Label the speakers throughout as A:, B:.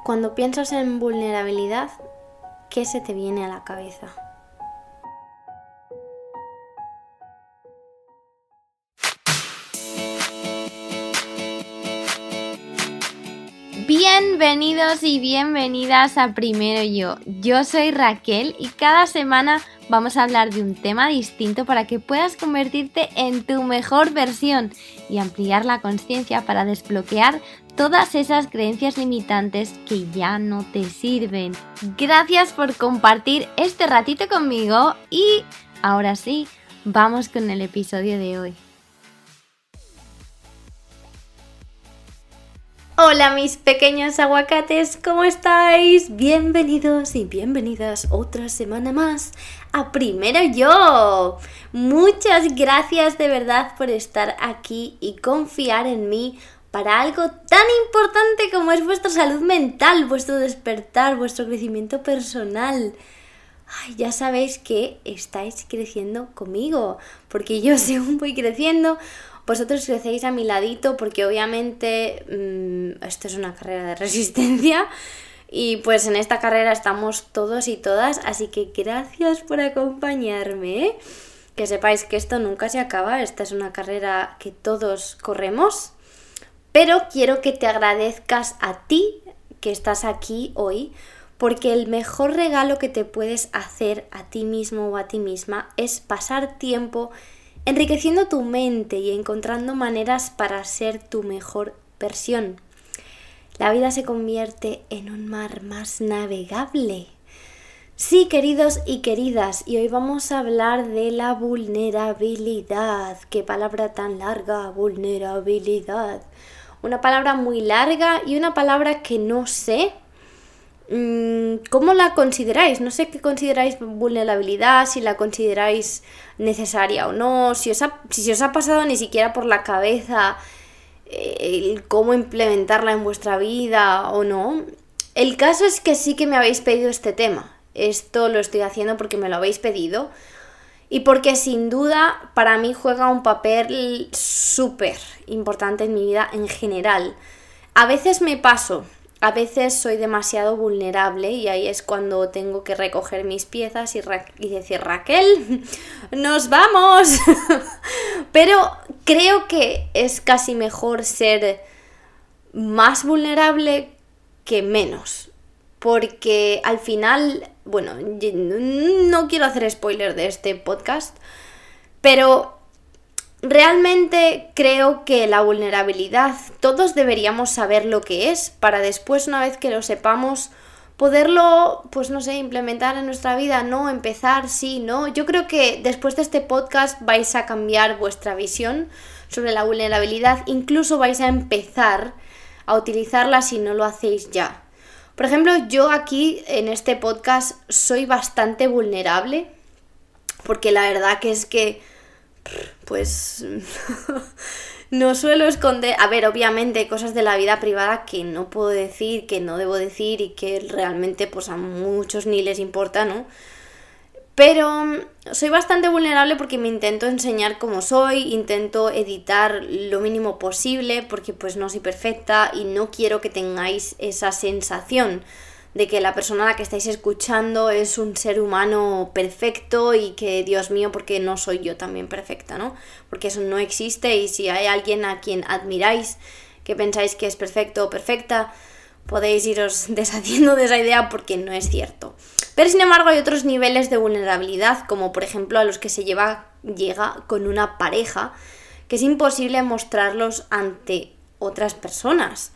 A: Cuando piensas en vulnerabilidad, ¿qué se te viene a la cabeza? Bienvenidos y bienvenidas a Primero Yo. Yo soy Raquel y cada semana vamos a hablar de un tema distinto para que puedas convertirte en tu mejor versión y ampliar la conciencia para desbloquear todas esas creencias limitantes que ya no te sirven. Gracias por compartir este ratito conmigo y ahora sí, vamos con el episodio de hoy. Hola mis pequeños aguacates, ¿cómo estáis? Bienvenidos y bienvenidas otra semana más a Primero Yo. Muchas gracias de verdad por estar aquí y confiar en mí para algo tan importante como es vuestra salud mental, vuestro despertar, vuestro crecimiento personal. Ay, ya sabéis que estáis creciendo conmigo, porque yo según voy creciendo, vosotros crecéis a mi ladito, porque obviamente esto es una carrera de resistencia y pues en esta carrera estamos todos y todas, así que gracias por acompañarme, ¿eh? Que sepáis que esto nunca se acaba, esta es una carrera que todos corremos, pero quiero que te agradezcas a ti que estás aquí hoy, porque el mejor regalo que te puedes hacer a ti mismo o a ti misma es pasar tiempo enriqueciendo tu mente y encontrando maneras para ser tu mejor versión. La vida se convierte en un mar más navegable. Sí, queridos y queridas, y hoy vamos a hablar de la vulnerabilidad. Qué palabra tan larga, vulnerabilidad. Una palabra muy larga y una palabra que no sé ¿cómo la consideráis? No sé qué consideráis vulnerabilidad, si la consideráis necesaria o no, si os ha pasado ni siquiera por la cabeza el cómo implementarla en vuestra vida o no. El caso es que sí que me habéis pedido este tema. Esto lo estoy haciendo porque me lo habéis pedido y porque sin duda para mí juega un papel súper importante en mi vida en general. A veces me paso. A veces soy demasiado vulnerable y ahí es cuando tengo que recoger mis piezas y decir, Raquel, ¡nos vamos! Pero creo que es casi mejor ser más vulnerable que menos. Porque al final, bueno, no quiero hacer spoiler de este podcast, pero realmente creo que la vulnerabilidad, todos deberíamos saber lo que es para después, una vez que lo sepamos, poderlo, pues no sé, implementar en nuestra vida, ¿no? Empezar, sí, ¿no? Yo creo que después de este podcast vais a cambiar vuestra visión sobre la vulnerabilidad, incluso vais a empezar a utilizarla si no lo hacéis ya. Por ejemplo, yo aquí en este podcast soy bastante vulnerable, porque la verdad que es que pues no suelo esconder, a ver, obviamente hay cosas de la vida privada que no puedo decir, que no debo decir y que realmente pues a muchos ni les importa, ¿no? Pero soy bastante vulnerable porque me intento enseñar cómo soy, intento editar lo mínimo posible porque pues no soy perfecta y no quiero que tengáis esa sensación de que la persona a la que estáis escuchando es un ser humano perfecto y que, Dios mío, porque no soy yo también perfecta, ¿no? Porque eso no existe y si hay alguien a quien admiráis, que pensáis que es perfecto o perfecta, podéis iros deshaciendo de esa idea porque no es cierto. Pero sin embargo hay otros niveles de vulnerabilidad, como por ejemplo a los que se llega con una pareja, que es imposible mostrarlos ante otras personas.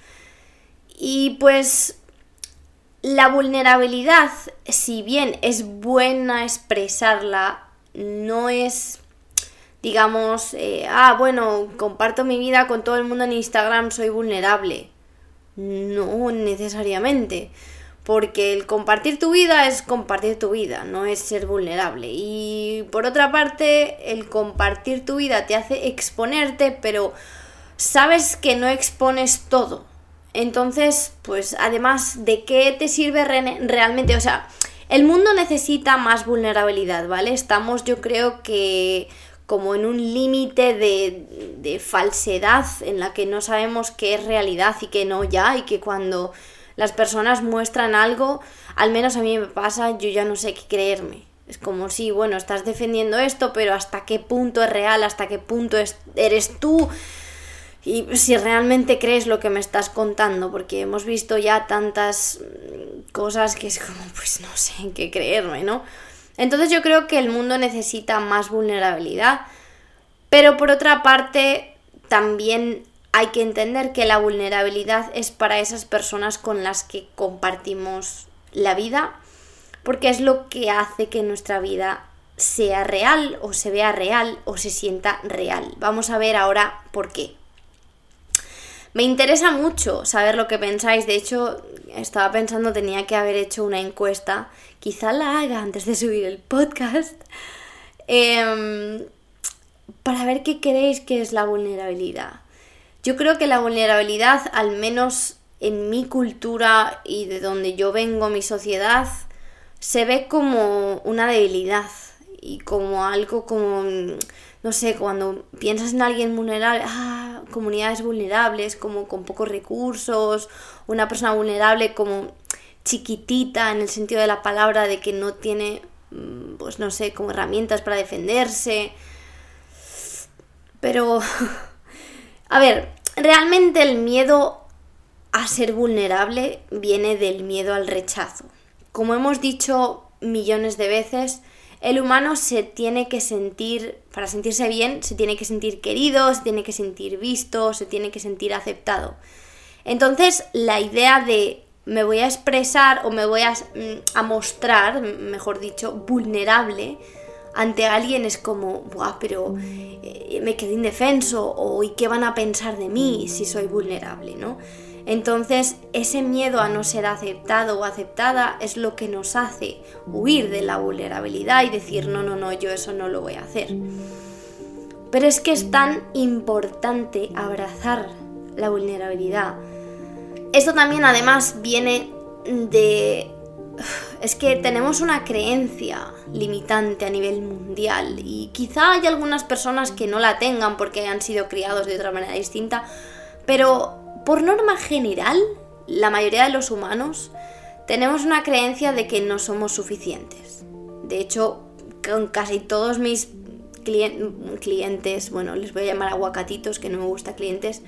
A: Y pues la vulnerabilidad, si bien es buena expresarla, no es, digamos, bueno, comparto mi vida con todo el mundo en Instagram, soy vulnerable. No necesariamente, porque el compartir tu vida es compartir tu vida, no es ser vulnerable. Y por otra parte, el compartir tu vida te hace exponerte, pero sabes que no expones todo. Entonces, pues además, ¿de qué te sirve realmente? O sea, el mundo necesita más vulnerabilidad, ¿vale? Estamos, yo creo que como en un límite de falsedad en la que no sabemos qué es realidad y qué no ya, y que cuando Las personas muestran algo, al menos a mí me pasa, yo ya no sé qué creerme. Es como si, bueno, estás defendiendo esto, pero ¿hasta qué punto es real? ¿Hasta qué punto eres tú? Y si realmente crees lo que me estás contando, porque hemos visto ya tantas cosas que es como, pues no sé en qué creerme, ¿no? Entonces yo creo que el mundo necesita más vulnerabilidad, pero por otra parte también hay que entender que la vulnerabilidad es para esas personas con las que compartimos la vida, porque es lo que hace que nuestra vida sea real o se vea real o se sienta real. Vamos a ver ahora por qué. Me interesa mucho saber lo que pensáis. De hecho, estaba pensando, tenía que haber hecho una encuesta. Quizá la haga antes de subir el podcast. Para ver qué creéis que es la vulnerabilidad. Yo creo que la vulnerabilidad, al menos en mi cultura y de donde yo vengo, mi sociedad, se ve como una debilidad y como algo como, no sé, cuando piensas en alguien vulnerable, comunidades vulnerables, como con pocos recursos, una persona vulnerable como chiquitita en el sentido de la palabra, de que no tiene, pues no sé, como herramientas para defenderse. Pero, a ver, realmente el miedo a ser vulnerable viene del miedo al rechazo. Como hemos dicho millones de veces, el humano se tiene que sentir, para sentirse bien, se tiene que sentir querido, se tiene que sentir visto, se tiene que sentir aceptado. Entonces, la idea de me voy a expresar o me voy a mostrar, mejor dicho, vulnerable ante alguien es como, pero me quedo indefenso, o ¿y qué van a pensar de mí si soy vulnerable, ¿no? Entonces, ese miedo a no ser aceptado o aceptada es lo que nos hace huir de la vulnerabilidad y decir, no, yo eso no lo voy a hacer. Pero es que es tan importante abrazar la vulnerabilidad. Esto también, además, viene de... Es que tenemos una creencia limitante a nivel mundial y quizá hay algunas personas que no la tengan porque hayan sido criados de otra manera distinta, pero por norma general, la mayoría de los humanos tenemos una creencia de que no somos suficientes. De hecho, con casi todos mis clientes, bueno, les voy a llamar aguacatitos, que no me gusta clientes,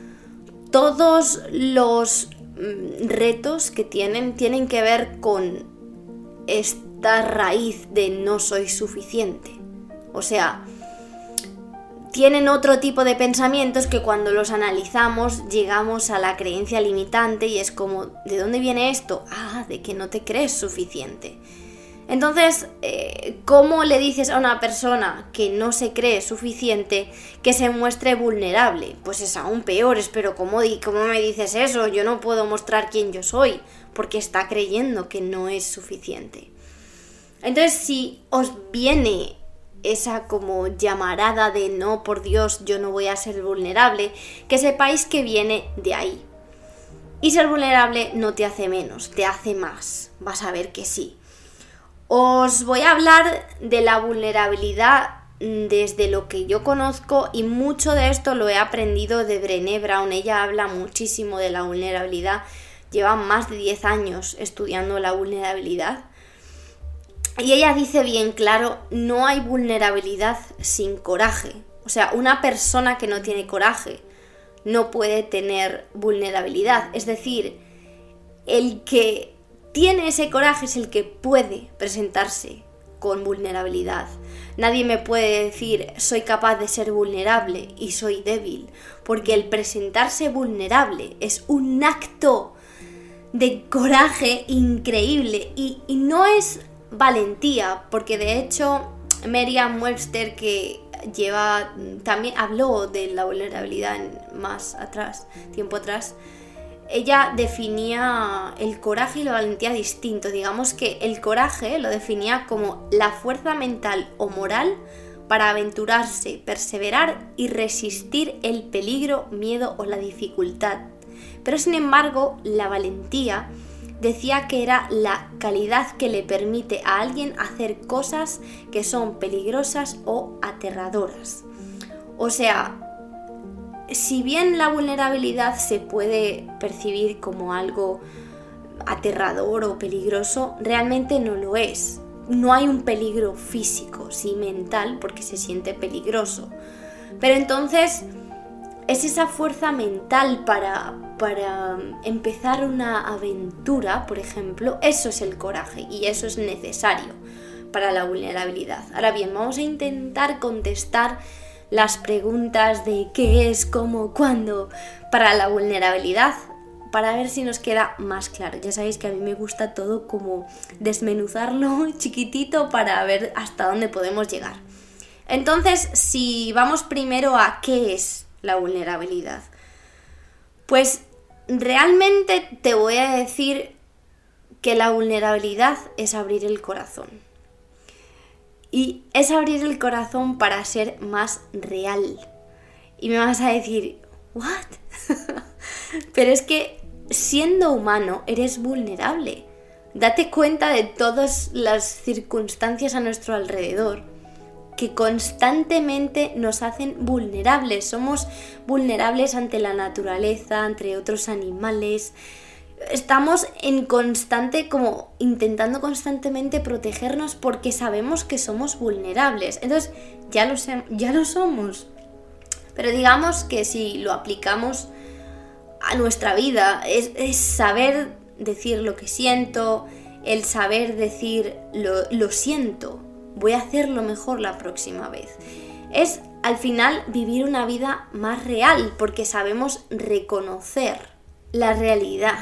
A: todos los retos que tienen que ver con esta raíz de no soy suficiente. O sea, tienen otro tipo de pensamientos que cuando los analizamos llegamos a la creencia limitante y es como, ¿de dónde viene esto? De que no te crees suficiente. Entonces, ¿cómo le dices a una persona que no se cree suficiente que se muestre vulnerable? Pues es aún peor, pero ¿cómo me dices eso? Yo no puedo mostrar quién yo soy, porque está creyendo que no es suficiente. Entonces, si os viene esa como llamarada de no, por Dios, yo no voy a ser vulnerable, que sepáis que viene de ahí. Y ser vulnerable no te hace menos, te hace más. Vas a ver que sí. Os voy a hablar de la vulnerabilidad desde lo que yo conozco y mucho de esto lo he aprendido de Brené Brown. Ella habla muchísimo de la vulnerabilidad, lleva más de 10 años estudiando la vulnerabilidad y ella dice bien claro, no hay vulnerabilidad sin coraje. O sea, una persona que no tiene coraje no puede tener vulnerabilidad. Es decir, el que tiene ese coraje es el que puede presentarse con vulnerabilidad. Nadie me puede decir soy capaz de ser vulnerable y soy débil, porque el presentarse vulnerable es un acto de coraje increíble y no es valentía, porque de hecho Merriam-Webster, que también habló de la vulnerabilidad tiempo atrás, ella definía el coraje y la valentía distinto. Digamos que el coraje lo definía como la fuerza mental o moral para aventurarse, perseverar y resistir el peligro, miedo o la dificultad. Pero sin embargo, la valentía decía que era la calidad que le permite a alguien hacer cosas que son peligrosas o aterradoras. O sea, si bien la vulnerabilidad se puede percibir como algo aterrador o peligroso, realmente no lo es. No hay un peligro físico, sí mental, porque se siente peligroso. Pero entonces es esa fuerza mental para empezar una aventura, por ejemplo. Eso es el coraje y eso es necesario para la vulnerabilidad. Ahora bien, vamos a intentar contestar las preguntas de qué es, cómo, cuándo para la vulnerabilidad, para ver si nos queda más claro. Ya sabéis que a mí me gusta todo como desmenuzarlo chiquitito para ver hasta dónde podemos llegar. Entonces, si vamos primero a qué es la vulnerabilidad, pues realmente te voy a decir que la vulnerabilidad es abrir el corazón. Y es abrir el corazón para ser más real. Y me vas a decir, ¿what? Pero es que siendo humano eres vulnerable. Date cuenta de todas las circunstancias a nuestro alrededor que constantemente nos hacen vulnerables. Somos vulnerables ante la naturaleza, ante otros animales. Estamos en constante, como intentando constantemente protegernos porque sabemos que somos vulnerables. Entonces, ya lo somos. Pero digamos que si lo aplicamos a nuestra vida, es saber decir lo que siento, el saber decir lo siento, voy a hacerlo mejor la próxima vez. Es al final vivir una vida más real porque sabemos reconocer la realidad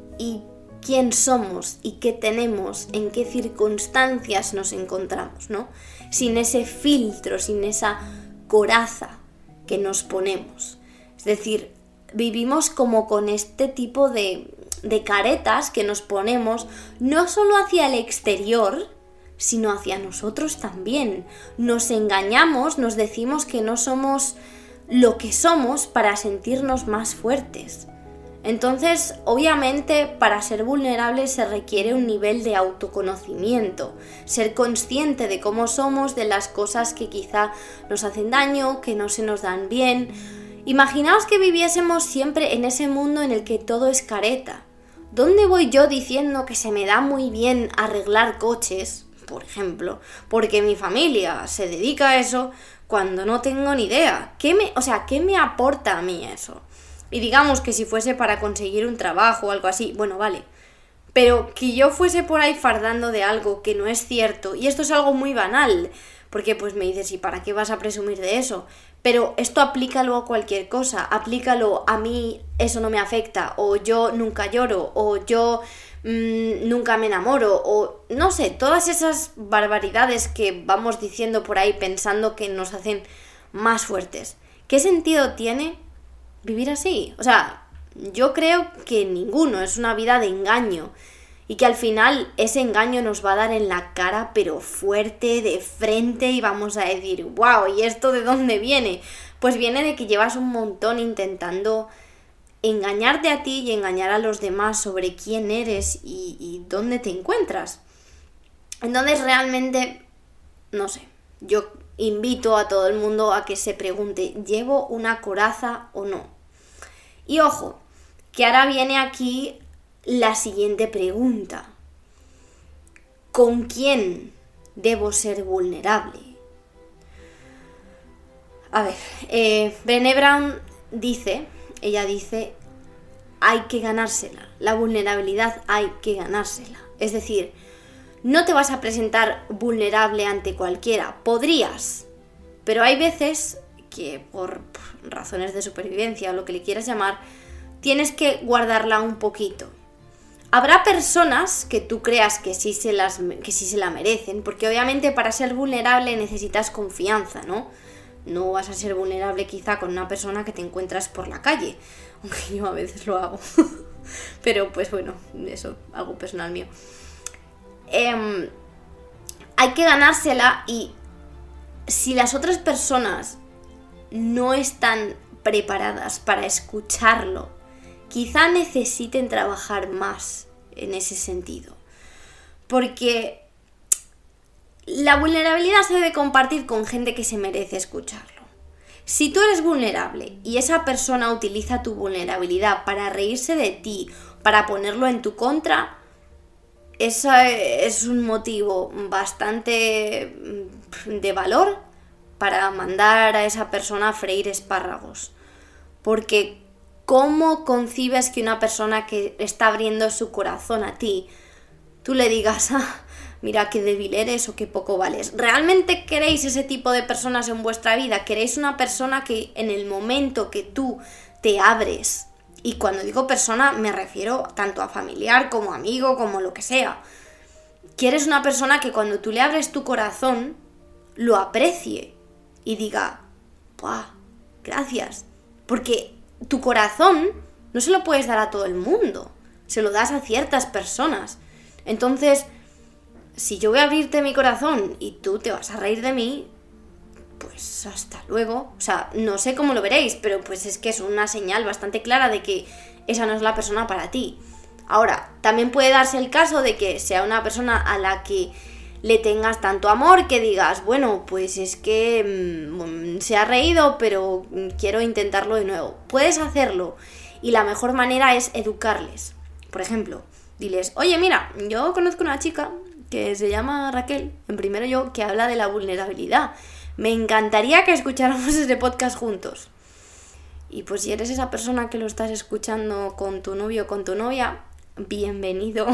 A: y quién somos y qué tenemos, en qué circunstancias nos encontramos, ¿no? Sin ese filtro, sin esa coraza que nos ponemos. Es decir, vivimos como con este tipo de caretas que nos ponemos no solo hacia el exterior, sino hacia nosotros también. Nos engañamos, nos decimos que no somos lo que somos para sentirnos más fuertes. Entonces, obviamente, para ser vulnerable se requiere un nivel de autoconocimiento, ser consciente de cómo somos, de las cosas que quizá nos hacen daño, que no se nos dan bien. Imaginaos que viviésemos siempre en ese mundo en el que todo es careta. ¿Dónde voy yo diciendo que se me da muy bien arreglar coches, por ejemplo, porque mi familia se dedica a eso cuando no tengo ni idea? ¿Qué me aporta a mí eso? Y digamos que si fuese para conseguir un trabajo o algo así, bueno, vale. Pero que yo fuese por ahí fardando de algo que no es cierto, y esto es algo muy banal, porque pues me dices, ¿y para qué vas a presumir de eso? Pero esto aplícalo a cualquier cosa, aplícalo a mí, eso no me afecta, o yo nunca lloro, o yo nunca me enamoro, o no sé, todas esas barbaridades que vamos diciendo por ahí pensando que nos hacen más fuertes. ¿Qué sentido tiene vivir así? O sea, yo creo que ninguno, es una vida de engaño y que al final ese engaño nos va a dar en la cara, pero fuerte, de frente, y vamos a decir, wow, ¿y esto de dónde viene? Pues viene de que llevas un montón intentando engañarte a ti y engañar a los demás sobre quién eres y dónde te encuentras. Entonces realmente, no sé, yo invito a todo el mundo a que se pregunte, ¿llevo una coraza o no? Y ojo, que ahora viene aquí la siguiente pregunta. ¿Con quién debo ser vulnerable? A ver, Brené Brown ella dice, hay que ganársela. La vulnerabilidad hay que ganársela. Es decir, no te vas a presentar vulnerable ante cualquiera. Podrías, pero hay veces que por razones de supervivencia o lo que le quieras llamar, tienes que guardarla un poquito. Habrá personas que tú creas que sí se la merecen, porque obviamente para ser vulnerable necesitas confianza, ¿no? No vas a ser vulnerable quizá con una persona que te encuentras por la calle, aunque yo a veces lo hago. Pero pues bueno, eso, algo personal mío. Hay que ganársela, y si las otras personas no están preparadas para escucharlo, quizá necesiten trabajar más en ese sentido. Porque la vulnerabilidad se debe compartir con gente que se merece escucharlo. Si tú eres vulnerable y esa persona utiliza tu vulnerabilidad para reírse de ti, para ponerlo en tu contra, ese es un motivo bastante de valor para mandar a esa persona a freír espárragos. Porque ¿cómo concibes que una persona que está abriendo su corazón a ti, tú le digas, mira qué débil eres o qué poco vales? ¿Realmente queréis ese tipo de personas en vuestra vida? ¿Queréis una persona que en el momento que tú te abres, y cuando digo persona me refiero tanto a familiar como amigo, como lo que sea, quieres una persona que cuando tú le abres tu corazón, lo aprecie y diga, ¡buah! Gracias. Porque tu corazón no se lo puedes dar a todo el mundo, se lo das a ciertas personas. Entonces, si yo voy a abrirte mi corazón y tú te vas a reír de mí, pues hasta luego. O sea, no sé cómo lo veréis, pero pues es que es una señal bastante clara de que esa no es la persona para ti. Ahora, también puede darse el caso de que sea una persona a la que le tengas tanto amor que digas, bueno, pues es que se ha reído, pero quiero intentarlo de nuevo. Puedes hacerlo y la mejor manera es educarles. Por ejemplo, diles, oye, mira, yo conozco una chica que se llama Raquel, en Primero Yo, que habla de la vulnerabilidad. Me encantaría que escucháramos ese podcast juntos. Y pues si eres esa persona que lo estás escuchando con tu novio o con tu novia, bienvenido.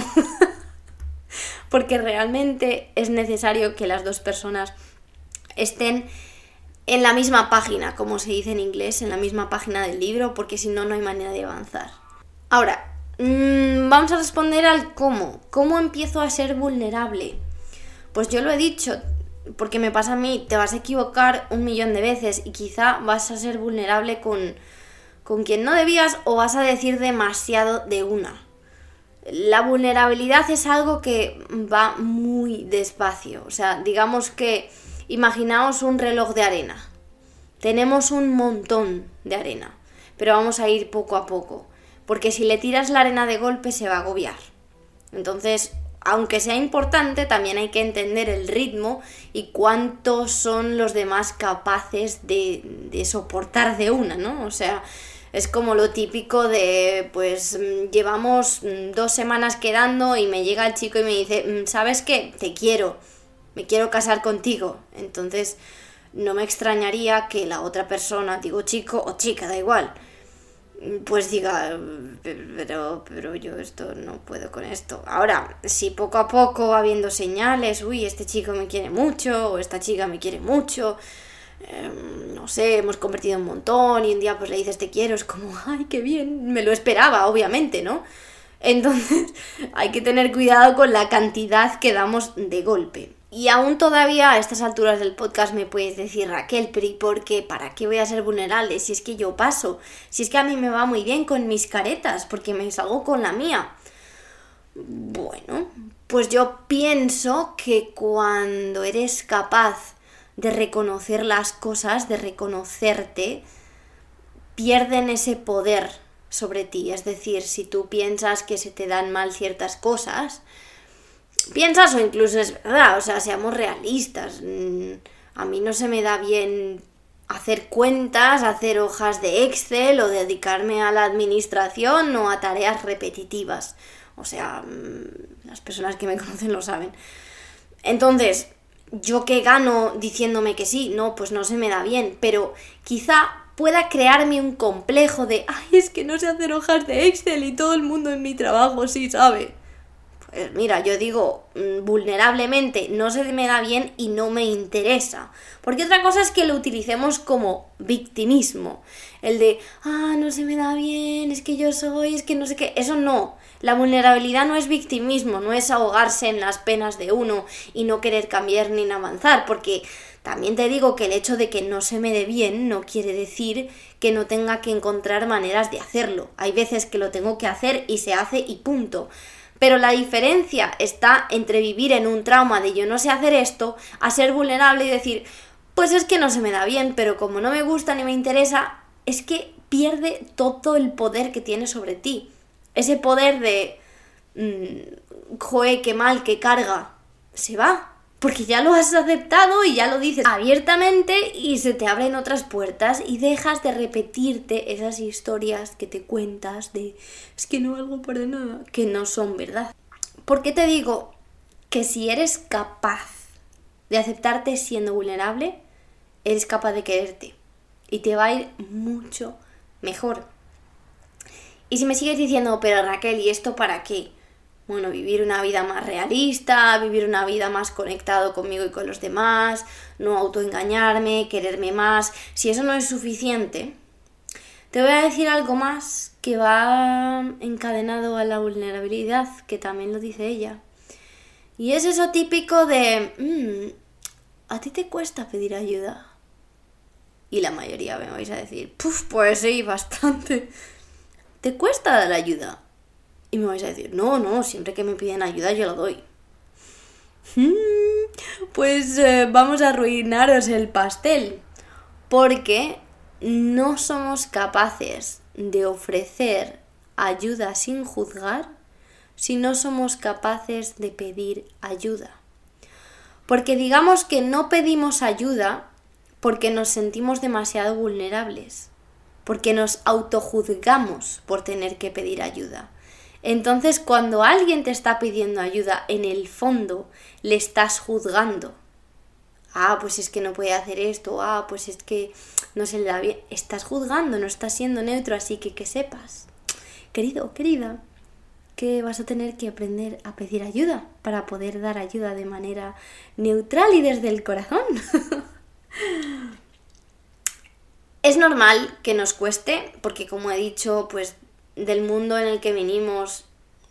A: Porque realmente es necesario que las dos personas estén en la misma página, como se dice en inglés, en la misma página del libro, porque si no, no hay manera de avanzar. Ahora, vamos a responder al cómo. ¿Cómo empiezo a ser vulnerable? Pues yo lo he dicho, porque me pasa a mí, te vas a equivocar 1.000.000 de veces y quizá vas a ser vulnerable con quien no debías o vas a decir demasiado de una. La vulnerabilidad es algo que va muy despacio. O sea, digamos que imaginaos un reloj de arena. Tenemos un montón de arena, pero vamos a ir poco a poco. Porque si le tiras la arena de golpe se va a agobiar. Entonces, aunque sea importante, también hay que entender el ritmo y cuántos son los demás capaces de soportar de una, ¿no? O sea, es como lo típico de, pues, llevamos 2 semanas quedando y me llega el chico y me dice, ¿sabes qué? Te quiero, me quiero casar contigo. Entonces, no me extrañaría que la otra persona, digo chico o chica, da igual, pues diga, pero yo esto no puedo con esto. Ahora, si poco a poco va habiendo señales, uy, este chico me quiere mucho, o esta chica me quiere mucho, no sé, hemos convertido un montón y un día pues le dices te quiero, es como, ay, qué bien, me lo esperaba, obviamente, ¿no? Entonces hay que tener cuidado con la cantidad que damos de golpe. Y aún todavía a estas alturas del podcast me puedes decir, Raquel, pero ¿y por qué? ¿Para qué voy a ser vulnerable? Si es que yo paso, si es que a mí me va muy bien con mis caretas, porque me salgo con la mía. Bueno, pues yo pienso que cuando eres capaz de reconocer las cosas, de reconocerte, pierden ese poder sobre ti. Es decir, si tú piensas que se te dan mal ciertas cosas, piensas o incluso es verdad, o sea, seamos realistas. A mí no se me da bien hacer cuentas, hacer hojas de Excel o dedicarme a la administración o a tareas repetitivas. O sea, las personas que me conocen lo saben. Entonces, ¿yo qué gano diciéndome que sí? No, pues no se me da bien, pero quizá pueda crearme un complejo de ay, es que no sé hacer hojas de Excel y todo el mundo en mi trabajo sí sabe. Pues mira, yo digo vulnerablemente, no se me da bien y no me interesa. Porque otra cosa es que lo utilicemos como victimismo. El de, no se me da bien, es que yo soy, es que no sé qué. Eso no. La vulnerabilidad no es victimismo, no es ahogarse en las penas de uno y no querer cambiar ni avanzar. Porque también te digo que el hecho de que no se me dé bien no quiere decir que no tenga que encontrar maneras de hacerlo. Hay veces que lo tengo que hacer y se hace y punto. Pero la diferencia está entre vivir en un trauma de yo no sé hacer esto, a ser vulnerable y decir, pues es que no se me da bien, pero como no me gusta ni me interesa, es que pierde todo el poder que tiene sobre ti. Ese poder de, joe, qué mal, qué carga, se va. Porque ya lo has aceptado y ya lo dices abiertamente y se te abren otras puertas y dejas de repetirte esas historias que te cuentas de es que no valgo para nada, que no son verdad. ¿Por qué te digo que si eres capaz de aceptarte siendo vulnerable, eres capaz de quererte y te va a ir mucho mejor? Y si me sigues diciendo, pero Raquel, ¿y esto para qué? Bueno, vivir una vida más realista, vivir una vida más conectado conmigo y con los demás, no autoengañarme, quererme más. Si eso no es suficiente, te voy a decir algo más que va encadenado a la vulnerabilidad, que también lo dice ella. Y es eso típico de, ¿a ti te cuesta pedir ayuda? Y la mayoría me vais a decir, pues sí, bastante. ¿Te cuesta dar ayuda? Y me vais a decir, no, siempre que me piden ayuda yo lo doy. Pues vamos a arruinaros el pastel. Porque no somos capaces de ofrecer ayuda sin juzgar si no somos capaces de pedir ayuda. Porque digamos que no pedimos ayuda porque nos sentimos demasiado vulnerables. Porque nos autojuzgamos por tener que pedir ayuda. Entonces, cuando alguien te está pidiendo ayuda, en el fondo le estás juzgando. Pues es que no puede hacer esto, pues es que no se le da bien. Estás juzgando, no estás siendo neutro, así que sepas, querido, querida, que vas a tener que aprender a pedir ayuda para poder dar ayuda de manera neutral y desde el corazón. Es normal que nos cueste, porque como he dicho, pues del mundo en el que vinimos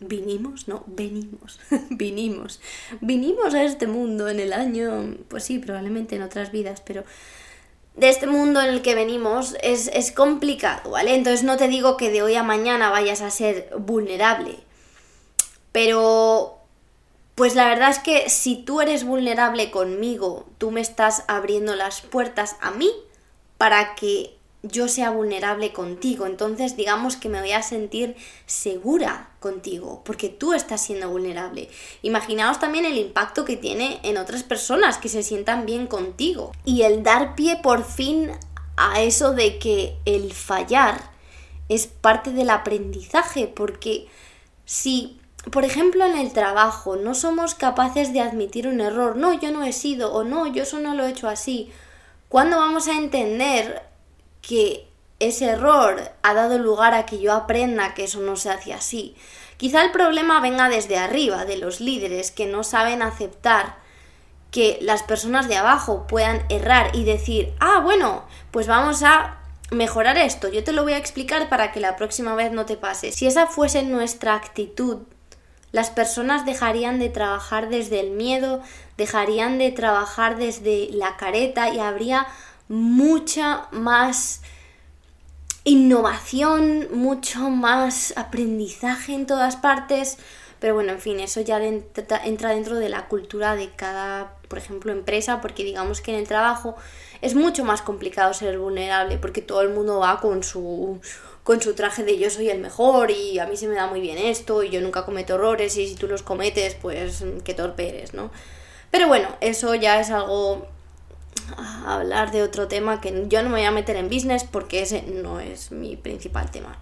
A: a este mundo en el año, pues sí, probablemente en otras vidas, pero de este mundo en el que venimos es complicado, ¿vale? Entonces no te digo que de hoy a mañana vayas a ser vulnerable, pero pues la verdad es que si tú eres vulnerable conmigo, tú me estás abriendo las puertas a mí para que yo sea vulnerable contigo. Entonces digamos que me voy a sentir segura contigo porque tú estás siendo vulnerable. Imaginaos también el impacto que tiene en otras personas que se sientan bien contigo. Y el dar pie por fin a eso de que el fallar es parte del aprendizaje, porque si, por ejemplo, en el trabajo no somos capaces de admitir un error, no, yo no he sido, o no, yo eso no lo he hecho así, ¿cuándo vamos a entender que ese error ha dado lugar a que yo aprenda que eso no se hace así? Quizá el problema venga desde arriba, de los líderes que no saben aceptar que las personas de abajo puedan errar y decir, bueno, pues vamos a mejorar esto, yo te lo voy a explicar para que la próxima vez no te pase. Si esa fuese nuestra actitud, las personas dejarían de trabajar desde el miedo, dejarían de trabajar desde la careta y habría mucha más innovación, mucho más aprendizaje en todas partes. Pero bueno, en fin, eso ya entra dentro de la cultura de cada, por ejemplo, empresa, porque digamos que en el trabajo es mucho más complicado ser vulnerable, porque todo el mundo va con su traje de yo soy el mejor y a mí se me da muy bien esto y yo nunca cometo errores y si tú los cometes, pues qué torpe eres, ¿no? Pero bueno, eso ya es algo a hablar de otro tema que yo no me voy a meter en business porque ese no es mi principal tema.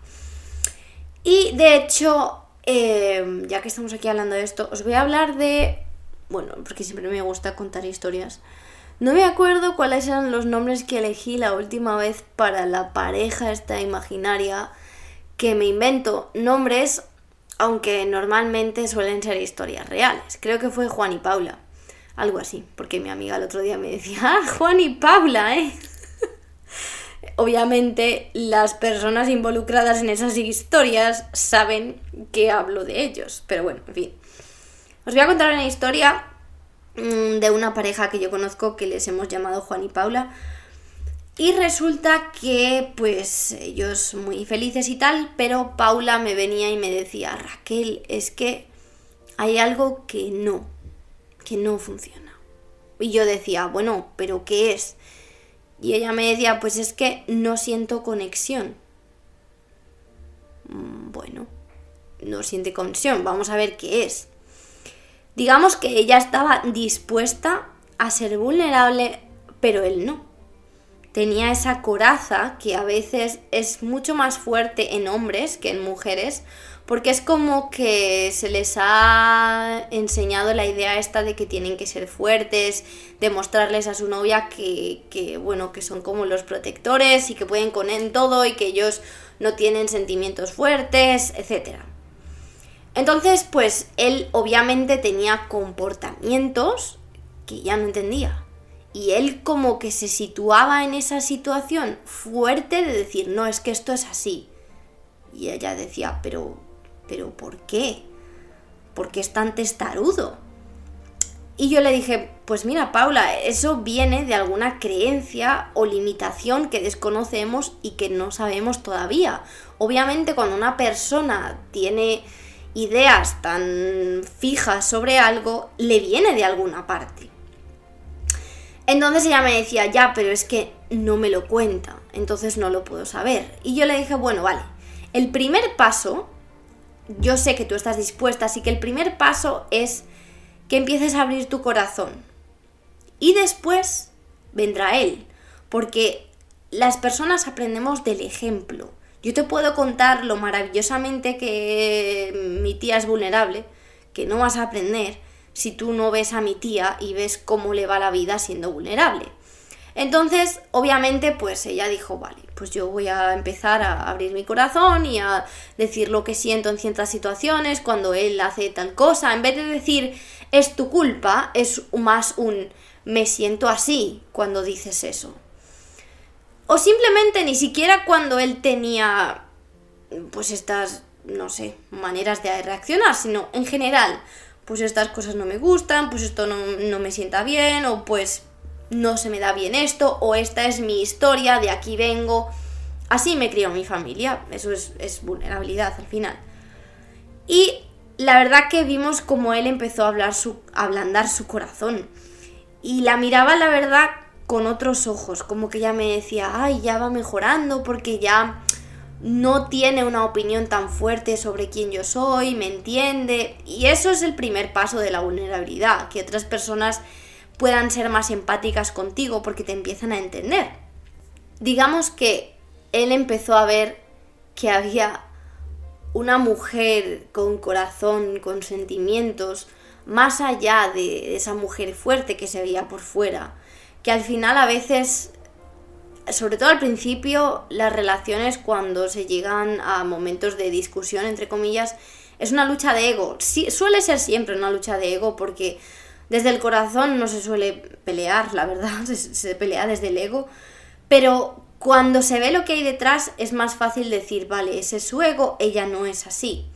A: Y de hecho, ya que estamos aquí hablando de esto, os voy a hablar de... Bueno, porque siempre me gusta contar historias. No me acuerdo cuáles eran los nombres que elegí la última vez para la pareja esta imaginaria que me invento. Nombres, aunque normalmente suelen ser historias reales. Creo que fue Juan y Paula. Algo así, porque mi amiga el otro día me decía, Juan y Paula, Obviamente las personas involucradas en esas historias saben que hablo de ellos, pero bueno, en fin. Os voy a contar una historia de una pareja que yo conozco que les hemos llamado Juan y Paula. Y resulta que pues ellos muy felices y tal, pero Paula me venía y me decía, Raquel, es que hay algo que no funciona. Y yo decía, bueno, ¿pero qué es? Y ella me decía, pues es que no siento conexión. Bueno, no siente conexión, vamos a ver qué es. Digamos que ella estaba dispuesta a ser vulnerable, pero él no. Tenía esa coraza que a veces es mucho más fuerte en hombres que en mujeres, porque es como que se les ha enseñado la idea esta de que tienen que ser fuertes, demostrarles a su novia que son como los protectores y que pueden con él todo y que ellos no tienen sentimientos fuertes, etc. Entonces, pues él obviamente tenía comportamientos que ella no entendía. Y él como que se situaba en esa situación fuerte de decir, no, es que esto es así. Y ella decía, pero ¿por qué? ¿Por qué es tan testarudo? Y yo le dije, pues mira, Paula, eso viene de alguna creencia o limitación que desconocemos y que no sabemos todavía. Obviamente cuando una persona tiene ideas tan fijas sobre algo, le viene de alguna parte. Entonces ella me decía, ya, pero es que no me lo cuenta, entonces no lo puedo saber. Y yo le dije, bueno, vale, el primer paso, yo sé que tú estás dispuesta, así que el primer paso es que empieces a abrir tu corazón. Y después vendrá él, porque las personas aprendemos del ejemplo. Yo te puedo contar lo maravillosamente que mi tía es vulnerable, que no vas a aprender si tú no ves a mi tía y ves cómo le va la vida siendo vulnerable. Entonces, obviamente, pues ella dijo, vale, pues yo voy a empezar a abrir mi corazón y a decir lo que siento en ciertas situaciones, cuando él hace tal cosa. En vez de decir, es tu culpa, es más un, me siento así cuando dices eso. O simplemente ni siquiera cuando él tenía, pues estas, no sé, maneras de reaccionar, sino en general, pues estas cosas no me gustan, pues esto no me sienta bien, o pues no se me da bien esto, o esta es mi historia, de aquí vengo. Así me crió mi familia, eso es vulnerabilidad al final. Y la verdad que vimos como él empezó a ablandar su corazón. Y la miraba, la verdad, con otros ojos, como que ya me decía, ay, ya va mejorando porque ya no tiene una opinión tan fuerte sobre quién yo soy, me entiende. Y eso es el primer paso de la vulnerabilidad, que otras personas puedan ser más empáticas contigo porque te empiezan a entender. Digamos que él empezó a ver que había una mujer con corazón, con sentimientos, más allá de esa mujer fuerte que se veía por fuera, que al final a veces, sobre todo al principio, las relaciones cuando se llegan a momentos de discusión, entre comillas, es una lucha de ego. Sí, suele ser siempre una lucha de ego porque desde el corazón no se suele pelear, la verdad, se pelea desde el ego, pero cuando se ve lo que hay detrás es más fácil decir, vale, ese es su ego, ella no es así.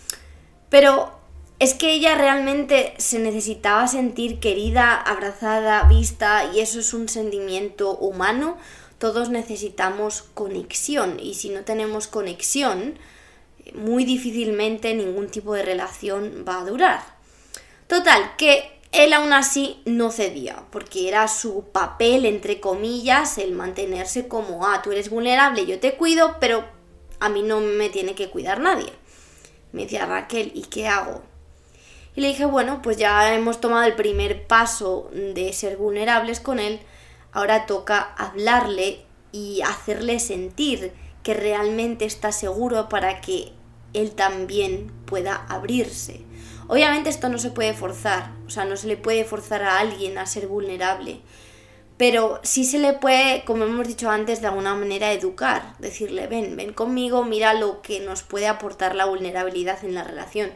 A: Pero es que ella realmente se necesitaba sentir querida, abrazada, vista, y eso es un sentimiento humano. Todos necesitamos conexión, y si no tenemos conexión, muy difícilmente ningún tipo de relación va a durar. Total, que él aún así no cedía, porque era su papel, entre comillas, el mantenerse como, tú eres vulnerable, yo te cuido, pero a mí no me tiene que cuidar nadie. Me decía, Raquel, ¿y qué hago? Y le dije, bueno, pues ya hemos tomado el primer paso de ser vulnerables con él, ahora toca hablarle y hacerle sentir que realmente está seguro para que él también pueda abrirse. Obviamente esto no se puede forzar, o sea, no se le puede forzar a alguien a ser vulnerable, pero sí se le puede, como hemos dicho antes, de alguna manera educar, decirle, ven conmigo, mira lo que nos puede aportar la vulnerabilidad en la relación.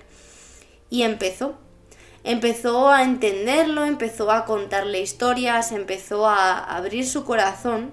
A: Y empezó a entenderlo, empezó a contarle historias, empezó a abrir su corazón.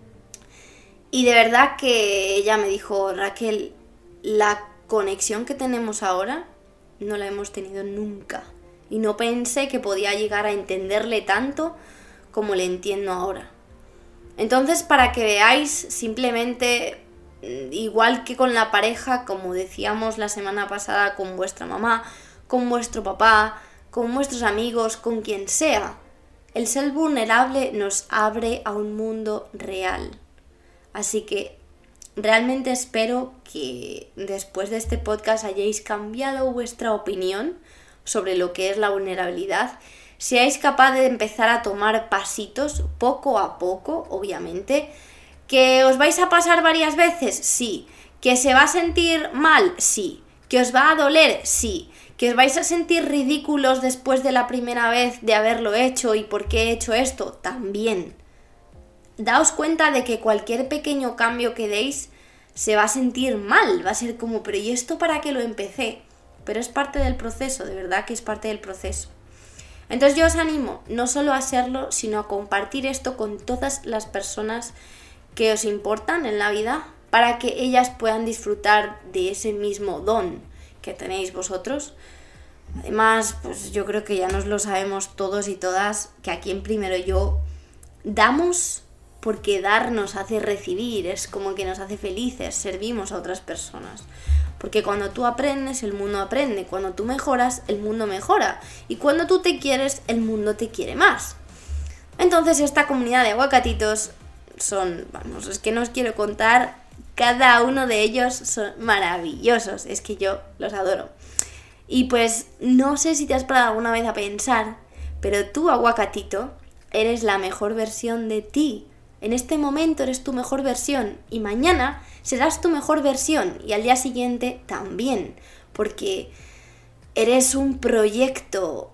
A: Y de verdad que ella me dijo, Raquel, la conexión que tenemos ahora no la hemos tenido nunca. Y no pensé que podía llegar a entenderle tanto como le entiendo ahora. Entonces, para que veáis, simplemente, igual que con la pareja, como decíamos la semana pasada, con vuestra mamá, con vuestro papá, con vuestros amigos, con quien sea, el ser vulnerable nos abre a un mundo real. Así que realmente espero que después de este podcast hayáis cambiado vuestra opinión, sobre lo que es la vulnerabilidad, seáis capaz de empezar a tomar pasitos poco a poco, obviamente. ¿Que os vais a pasar varias veces? Sí. ¿Que se va a sentir mal? Sí. ¿Que os va a doler? Sí. ¿Que os vais a sentir ridículos después de la primera vez de haberlo hecho y por qué he hecho esto? También. Daos cuenta de que cualquier pequeño cambio que deis se va a sentir mal, va a ser como, pero ¿y esto para qué lo empecé? Pero es parte del proceso, de verdad que es parte del proceso. Entonces yo os animo no solo a hacerlo, sino a compartir esto con todas las personas que os importan en la vida, para que ellas puedan disfrutar de ese mismo don que tenéis vosotros. Además, pues yo creo que ya nos lo sabemos todos y todas, que aquí en Primero Yo damos porque dar nos hace recibir, es como que nos hace felices, servimos a otras personas. Porque cuando tú aprendes, el mundo aprende. Cuando tú mejoras, el mundo mejora. Y cuando tú te quieres, el mundo te quiere más. Entonces esta comunidad de aguacatitos son, vamos, es que no os quiero contar, cada uno de ellos son maravillosos. Es que yo los adoro. Y pues no sé si te has parado alguna vez a pensar, pero tú, aguacatito, eres la mejor versión de ti. En este momento eres tu mejor versión y mañana serás tu mejor versión y al día siguiente también, porque eres un proyecto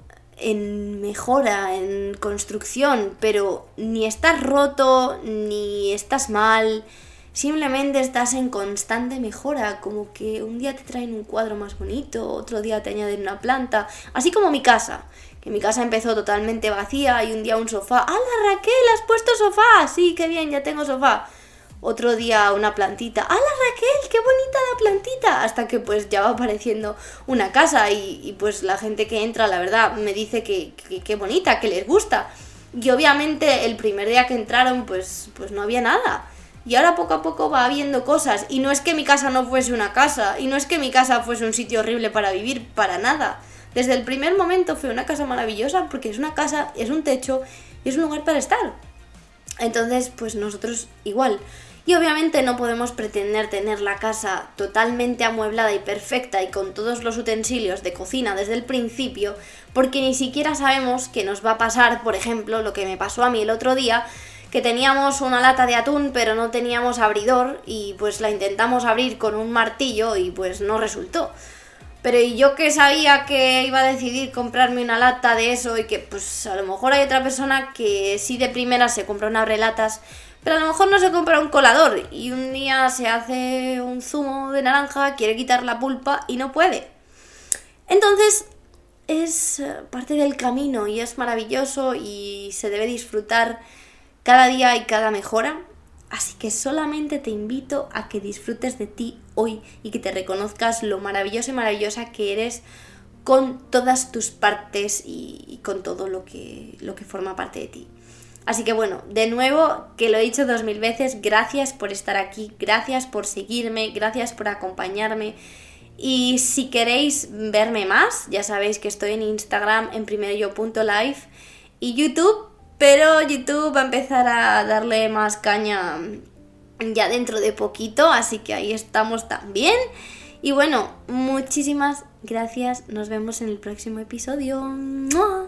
A: en mejora, en construcción, pero ni estás roto, ni estás mal, simplemente estás en constante mejora, como que un día te traen un cuadro más bonito, otro día te añaden una planta, así como mi casa. Que mi casa empezó totalmente vacía y un día un sofá. ¡Hala, Raquel, has puesto sofá! Sí, qué bien, ya tengo sofá. Otro día una plantita. ¡Hala, Raquel, qué bonita la plantita! Hasta que pues ya va apareciendo una casa y pues la gente que entra, la verdad, me dice que bonita, que les gusta. Y obviamente el primer día que entraron pues no había nada. Y ahora poco a poco va habiendo cosas. Y no es que mi casa no fuese una casa. Y no es que mi casa fuese un sitio horrible para vivir, para nada. Desde el primer momento fue una casa maravillosa porque es una casa, es un techo y es un lugar para estar. Entonces, pues nosotros igual. Y obviamente no podemos pretender tener la casa totalmente amueblada y perfecta y con todos los utensilios de cocina desde el principio, porque ni siquiera sabemos qué nos va a pasar, por ejemplo, lo que me pasó a mí el otro día, que teníamos una lata de atún pero no teníamos abridor y pues la intentamos abrir con un martillo y pues no resultó. Pero y yo que sabía que iba a decidir comprarme una lata de eso y que pues a lo mejor hay otra persona que sí de primera se compra un abrelatas, pero a lo mejor no se compra un colador y un día se hace un zumo de naranja, quiere quitar la pulpa y no puede. Entonces es parte del camino y es maravilloso y se debe disfrutar cada día y cada mejora. Así que solamente te invito a que disfrutes de ti hoy y que te reconozcas lo maravillosa y maravillosa que eres con todas tus partes y con todo lo que forma parte de ti. Así que bueno, de nuevo, que lo he dicho 2000 veces, gracias por estar aquí, gracias por seguirme, gracias por acompañarme. Y si queréis verme más, ya sabéis que estoy en Instagram en primeroyo.life y YouTube. Pero YouTube va a empezar a darle más caña ya dentro de poquito, así que ahí estamos también. Y bueno, muchísimas gracias, nos vemos en el próximo episodio. ¡Mua!